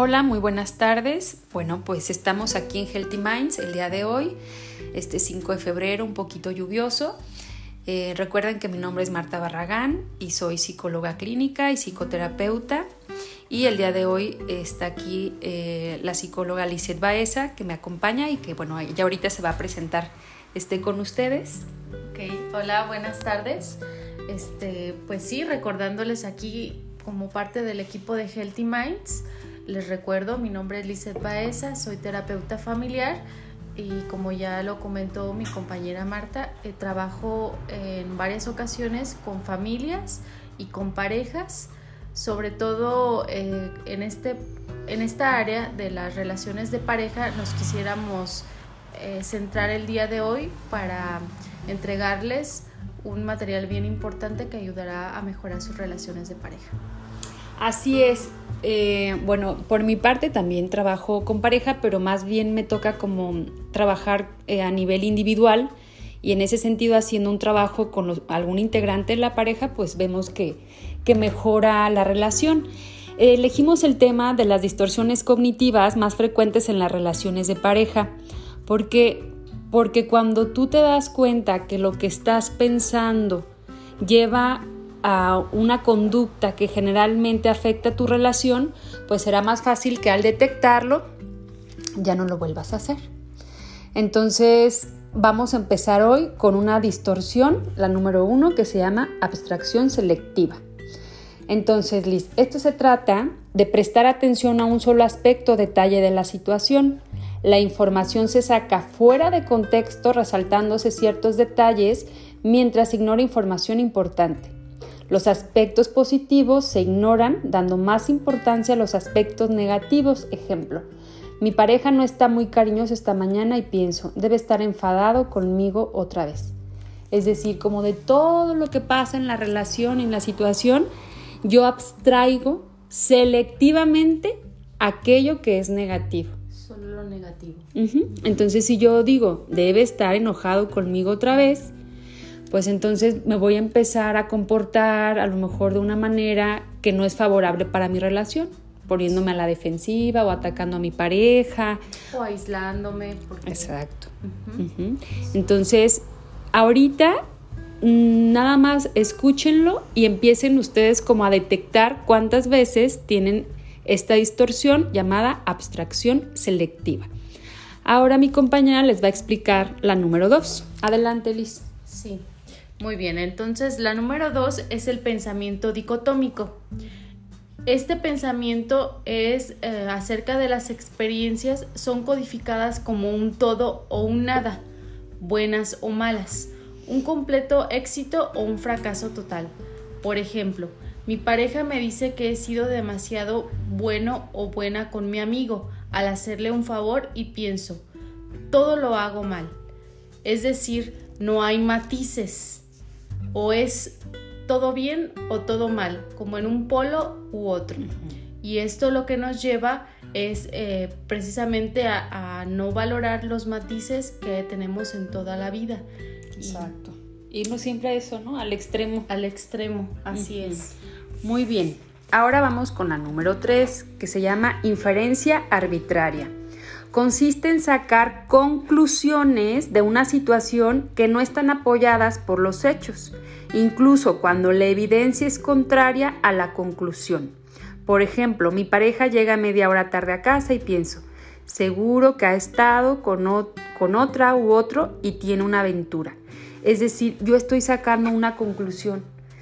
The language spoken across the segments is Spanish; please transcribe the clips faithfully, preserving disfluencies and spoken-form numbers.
Hola, muy buenas tardes. Bueno, pues estamos aquí en Healthy Minds el día de hoy, este cinco de febrero, un poquito lluvioso. Eh, recuerden que mi nombre es Marta Barragán y soy psicóloga clínica y psicoterapeuta. Y el día de hoy está aquí eh, la psicóloga Lizeth Baeza, que me acompaña y que, bueno, ya ahorita se va a presentar este, con ustedes. Ok, hola, buenas tardes. Este, pues sí, recordándoles aquí como parte del equipo de Healthy Minds, les recuerdo, mi nombre es Lizeth Baeza, soy terapeuta familiar y como ya lo comentó mi compañera Marta, eh, trabajo en varias ocasiones con familias y con parejas, sobre todo eh, en, este, en esta área de las relaciones de pareja nos quisiéramos eh, centrar el día de hoy para entregarles un material bien importante que ayudará a mejorar sus relaciones de pareja. Así es. Eh, bueno, por mi parte también trabajo con pareja, pero más bien me toca como trabajar eh, a nivel individual y en ese sentido haciendo un trabajo con los, algún integrante de la pareja, pues vemos que, que mejora la relación. Eh, elegimos el tema de las distorsiones cognitivas más frecuentes en las relaciones de pareja, porque, porque cuando tú te das cuenta que lo que estás pensando lleva a una conducta que generalmente afecta tu relación, pues será más fácil que al detectarlo ya no lo vuelvas a hacer. Entonces vamos a empezar hoy con una distorsión, la número uno, que se llama abstracción selectiva. Entonces, Liz, esto se trata de prestar atención a un solo aspecto o detalle de la situación. La información se saca fuera de contexto, resaltándose ciertos detalles mientras se ignora información importante. Los aspectos positivos se ignoran, dando más importancia a los aspectos negativos. Ejemplo, mi pareja no está muy cariñoso esta mañana y pienso, debe estar enfadado conmigo otra vez. Es decir, como de todo lo que pasa en la relación, en la situación, yo abstraigo selectivamente aquello que es negativo. Solo lo negativo. Uh-huh. Entonces, si yo digo, debe estar enojado conmigo otra vez, pues entonces me voy a empezar a comportar a lo mejor de una manera que no es favorable para mi relación, poniéndome a la defensiva o atacando a mi pareja. O aislándome. Porque... Exacto. Uh-huh. Uh-huh. Entonces, ahorita nada más escúchenlo y empiecen ustedes como a detectar cuántas veces tienen esta distorsión llamada abstracción selectiva. Ahora mi compañera les va a explicar la número dos. Adelante, Liz. Sí. Muy bien, entonces la número dos es el pensamiento dicotómico. Este pensamiento es eh, acerca de las experiencias, son codificadas como un todo o un nada, buenas o malas, un completo éxito o un fracaso total. Por ejemplo, mi pareja me dice que he sido demasiado bueno o buena con mi amigo al hacerle un favor y pienso, todo lo hago mal. Es decir, no hay matices. O es todo bien o todo mal, como en un polo u otro. Uh-huh. Y esto lo que nos lleva es eh, precisamente a, a no valorar los matices que tenemos en toda la vida. Exacto. Y irnos siempre a eso, ¿no? Al extremo. Al extremo, así uh-huh. es. Muy bien. Ahora vamos con la número tres, que se llama inferencia arbitraria. Consiste en sacar conclusiones de una situación que no están apoyadas por los hechos, incluso cuando la evidencia es contraria a la conclusión. Por ejemplo, mi pareja llega media hora tarde a casa y pienso, seguro que ha estado con, o- con otra u otro y tiene una aventura. Es decir, yo estoy sacando una conclusión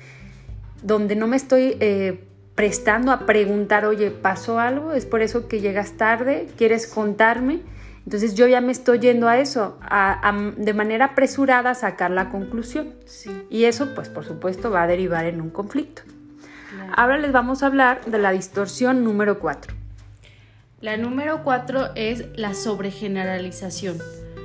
donde no me estoy eh, prestando a preguntar, oye, ¿pasó algo? ¿Es por eso que llegas tarde? ¿Quieres contarme? Entonces yo ya me estoy yendo a eso, a, a, de manera apresurada a sacar la conclusión. Sí. Y eso, pues por supuesto, va a derivar en un conflicto. Claro. Ahora les vamos a hablar de la distorsión número cuatro. La número cuatro es la sobregeneralización.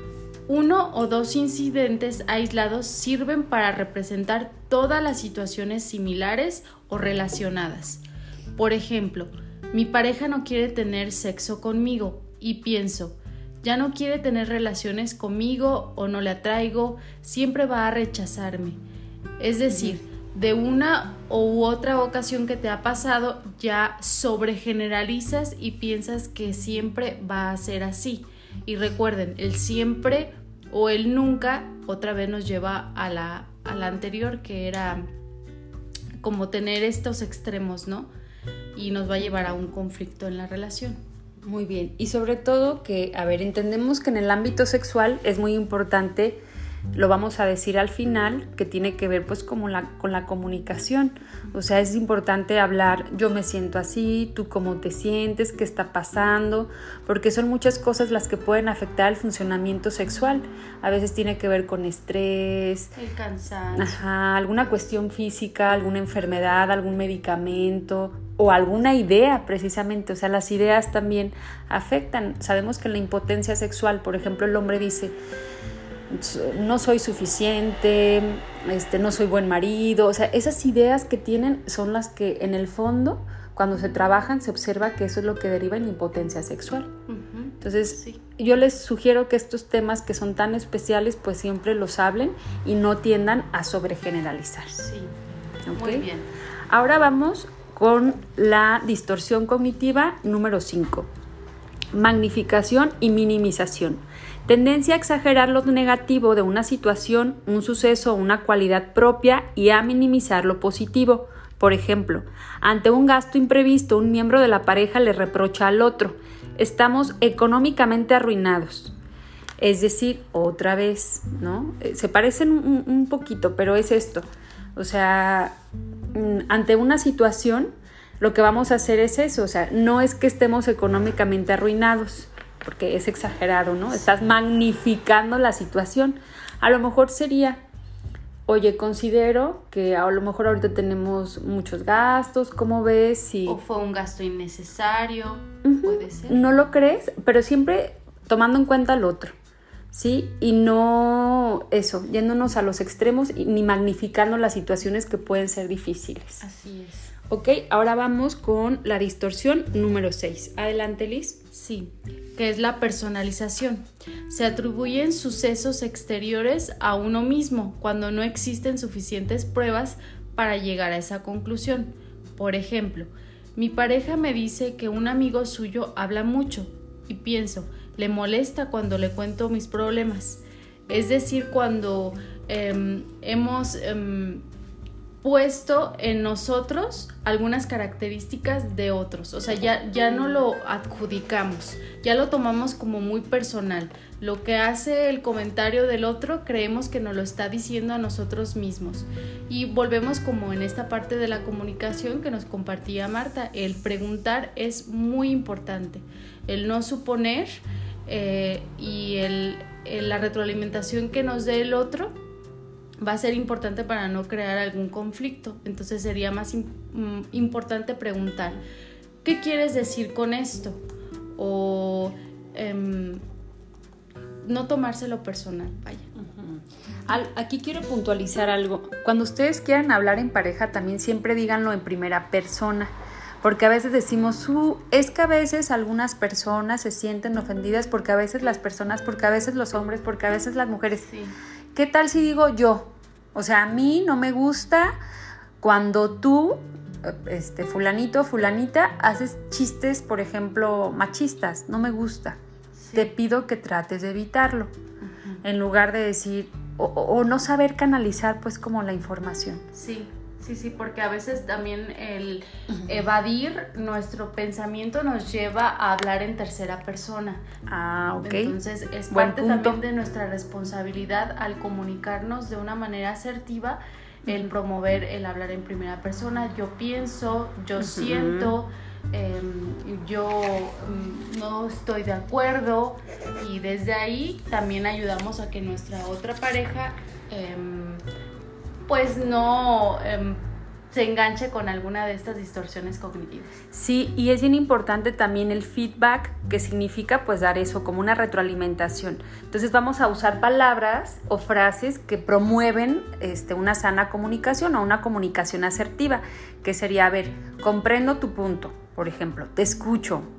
Uno o dos incidentes aislados sirven para representar todas las situaciones similares o relacionadas. Por ejemplo, mi pareja no quiere tener sexo conmigo y pienso, ya no quiere tener relaciones conmigo o no le atraigo, siempre va a rechazarme. Es decir, de una u otra ocasión que te ha pasado, ya sobregeneralizas y piensas que siempre va a ser así. Y recuerden, el siempre o el nunca otra vez nos lleva a la, a la anterior, que era como tener estos extremos, ¿no? Y nos va a llevar a un conflicto en la relación. Muy bien. Y sobre todo que, a ver, entendemos que en el ámbito sexual es muy importante, lo vamos a decir al final, que tiene que ver pues como la, con la comunicación. O sea, es importante hablar, yo me siento así, tú cómo te sientes, qué está pasando, porque son muchas cosas las que pueden afectar el funcionamiento sexual. A veces tiene que ver con estrés, el cansancio, ajá, alguna cuestión física, alguna enfermedad, algún medicamento o alguna idea precisamente. O sea, las ideas también afectan. Sabemos que en la impotencia sexual, por ejemplo, el hombre dice, no soy suficiente, este, no soy buen marido. O sea, esas ideas que tienen son las que en el fondo, cuando se trabajan, se observa que eso es lo que deriva en impotencia sexual. Uh-huh. Entonces, sí. Yo les sugiero que estos temas que son tan especiales, pues siempre los hablen y no tiendan a sobregeneralizar. Sí, ¿okay? Muy bien. Ahora vamos con la distorsión cognitiva número cinco. Magnificación y minimización. Tendencia a exagerar lo negativo de una situación, un suceso o una cualidad propia y a minimizar lo positivo. Por ejemplo, ante un gasto imprevisto, un miembro de la pareja le reprocha al otro: estamos económicamente arruinados. Es decir, otra vez, ¿no? Se parecen un, un poquito, pero es esto. O sea, ante una situación, lo que vamos a hacer es eso. O sea, no es que estemos económicamente arruinados, porque es exagerado, ¿no? Estás magnificando la situación. A lo mejor sería, oye, considero que a lo mejor ahorita tenemos muchos gastos, ¿cómo ves? Si... O fue un gasto innecesario, uh-huh. Puede ser. No lo crees, pero siempre tomando en cuenta al otro, ¿sí? Y no eso, yéndonos a los extremos y ni magnificando las situaciones que pueden ser difíciles. Así es. Ok, ahora vamos con la distorsión número seis. Adelante, Liz. Sí, que es la personalización. Se atribuyen sucesos exteriores a uno mismo cuando no existen suficientes pruebas para llegar a esa conclusión. Por ejemplo, mi pareja me dice que un amigo suyo habla mucho y pienso, le molesta cuando le cuento mis problemas. Es decir, cuando eh, hemos... Eh, puesto en nosotros algunas características de otros, o sea, ya, ya no lo adjudicamos, ya lo tomamos como muy personal. Lo que hace el comentario del otro creemos que nos lo está diciendo a nosotros mismos, y volvemos como en esta parte de la comunicación que nos compartía Marta. El preguntar es muy importante, el no suponer eh, y el, el, la retroalimentación que nos dé el otro va a ser importante para no crear algún conflicto. Entonces sería más im- importante preguntar, ¿qué quieres decir con esto? O eh, no tomárselo personal, vaya. Uh-huh. Al, aquí quiero puntualizar algo. Cuando ustedes quieran hablar en pareja, también siempre díganlo en primera persona, porque a veces decimos, uh, es que a veces algunas personas se sienten ofendidas, porque a veces las personas, porque a veces los hombres, porque a veces las mujeres. Sí. ¿Qué tal si digo yo? O sea, a mí no me gusta cuando tú, este, fulanito, fulanita, haces chistes, por ejemplo, machistas. No me gusta. Sí. Te pido que trates de evitarlo. Uh-huh. En lugar de decir, o, o no saber canalizar, pues, como la información. Sí. Sí, sí, porque a veces también el evadir nuestro pensamiento nos lleva a hablar en tercera persona. Ah, ok. Entonces es parte también de nuestra responsabilidad al comunicarnos de una manera asertiva, el promover el hablar en primera persona. Yo pienso, yo uh-huh. siento, eh, yo um, no estoy de acuerdo, y desde ahí también ayudamos a que nuestra otra pareja eh, pues no eh, se enganche con alguna de estas distorsiones cognitivas. Sí, y es bien importante también el feedback, que significa pues dar eso como una retroalimentación. Entonces vamos a usar palabras o frases que promueven este, una sana comunicación o una comunicación asertiva, que sería, a ver, comprendo tu punto, por ejemplo, te escucho,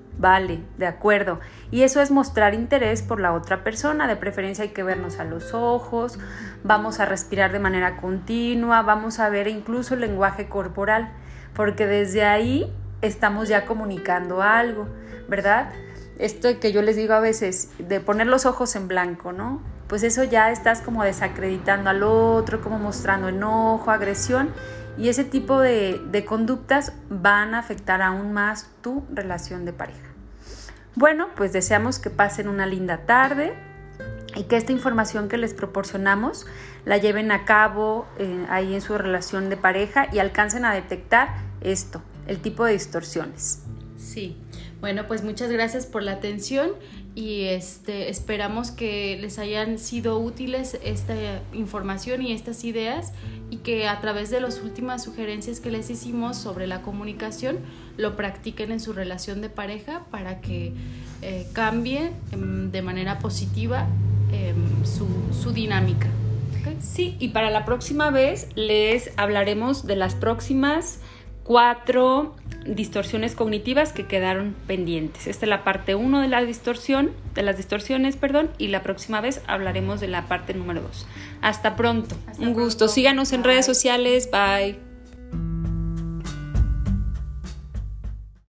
Vale, de acuerdo. Y eso es mostrar interés por la otra persona. De preferencia hay que vernos a los ojos, vamos a respirar de manera continua, vamos a ver incluso el lenguaje corporal, porque desde ahí estamos ya comunicando algo, ¿verdad? Esto que yo les digo a veces, de poner los ojos en blanco, ¿no? Pues eso ya estás como desacreditando al otro, como mostrando enojo, agresión, y ese tipo de, de conductas van a afectar aún más tu relación de pareja. Bueno, pues deseamos que pasen una linda tarde y que esta información que les proporcionamos la lleven a cabo eh, ahí en su relación de pareja y alcancen a detectar esto, el tipo de distorsiones. Sí, bueno, pues muchas gracias por la atención y este, esperamos que les hayan sido útiles esta información y estas ideas y que a través de las últimas sugerencias que les hicimos sobre la comunicación lo practiquen en su relación de pareja para que eh, cambie eh, de manera positiva eh, su, su dinámica. ¿Okay? Sí, y para la próxima vez les hablaremos de las próximas cuatro distorsiones cognitivas que quedaron pendientes. Esta es la parte uno de la distorsión, de las distorsiones, perdón, y la próxima vez hablaremos de la parte número dos. Hasta pronto. Hasta Un gusto. Pronto. Síganos en Bye. Redes sociales. Bye.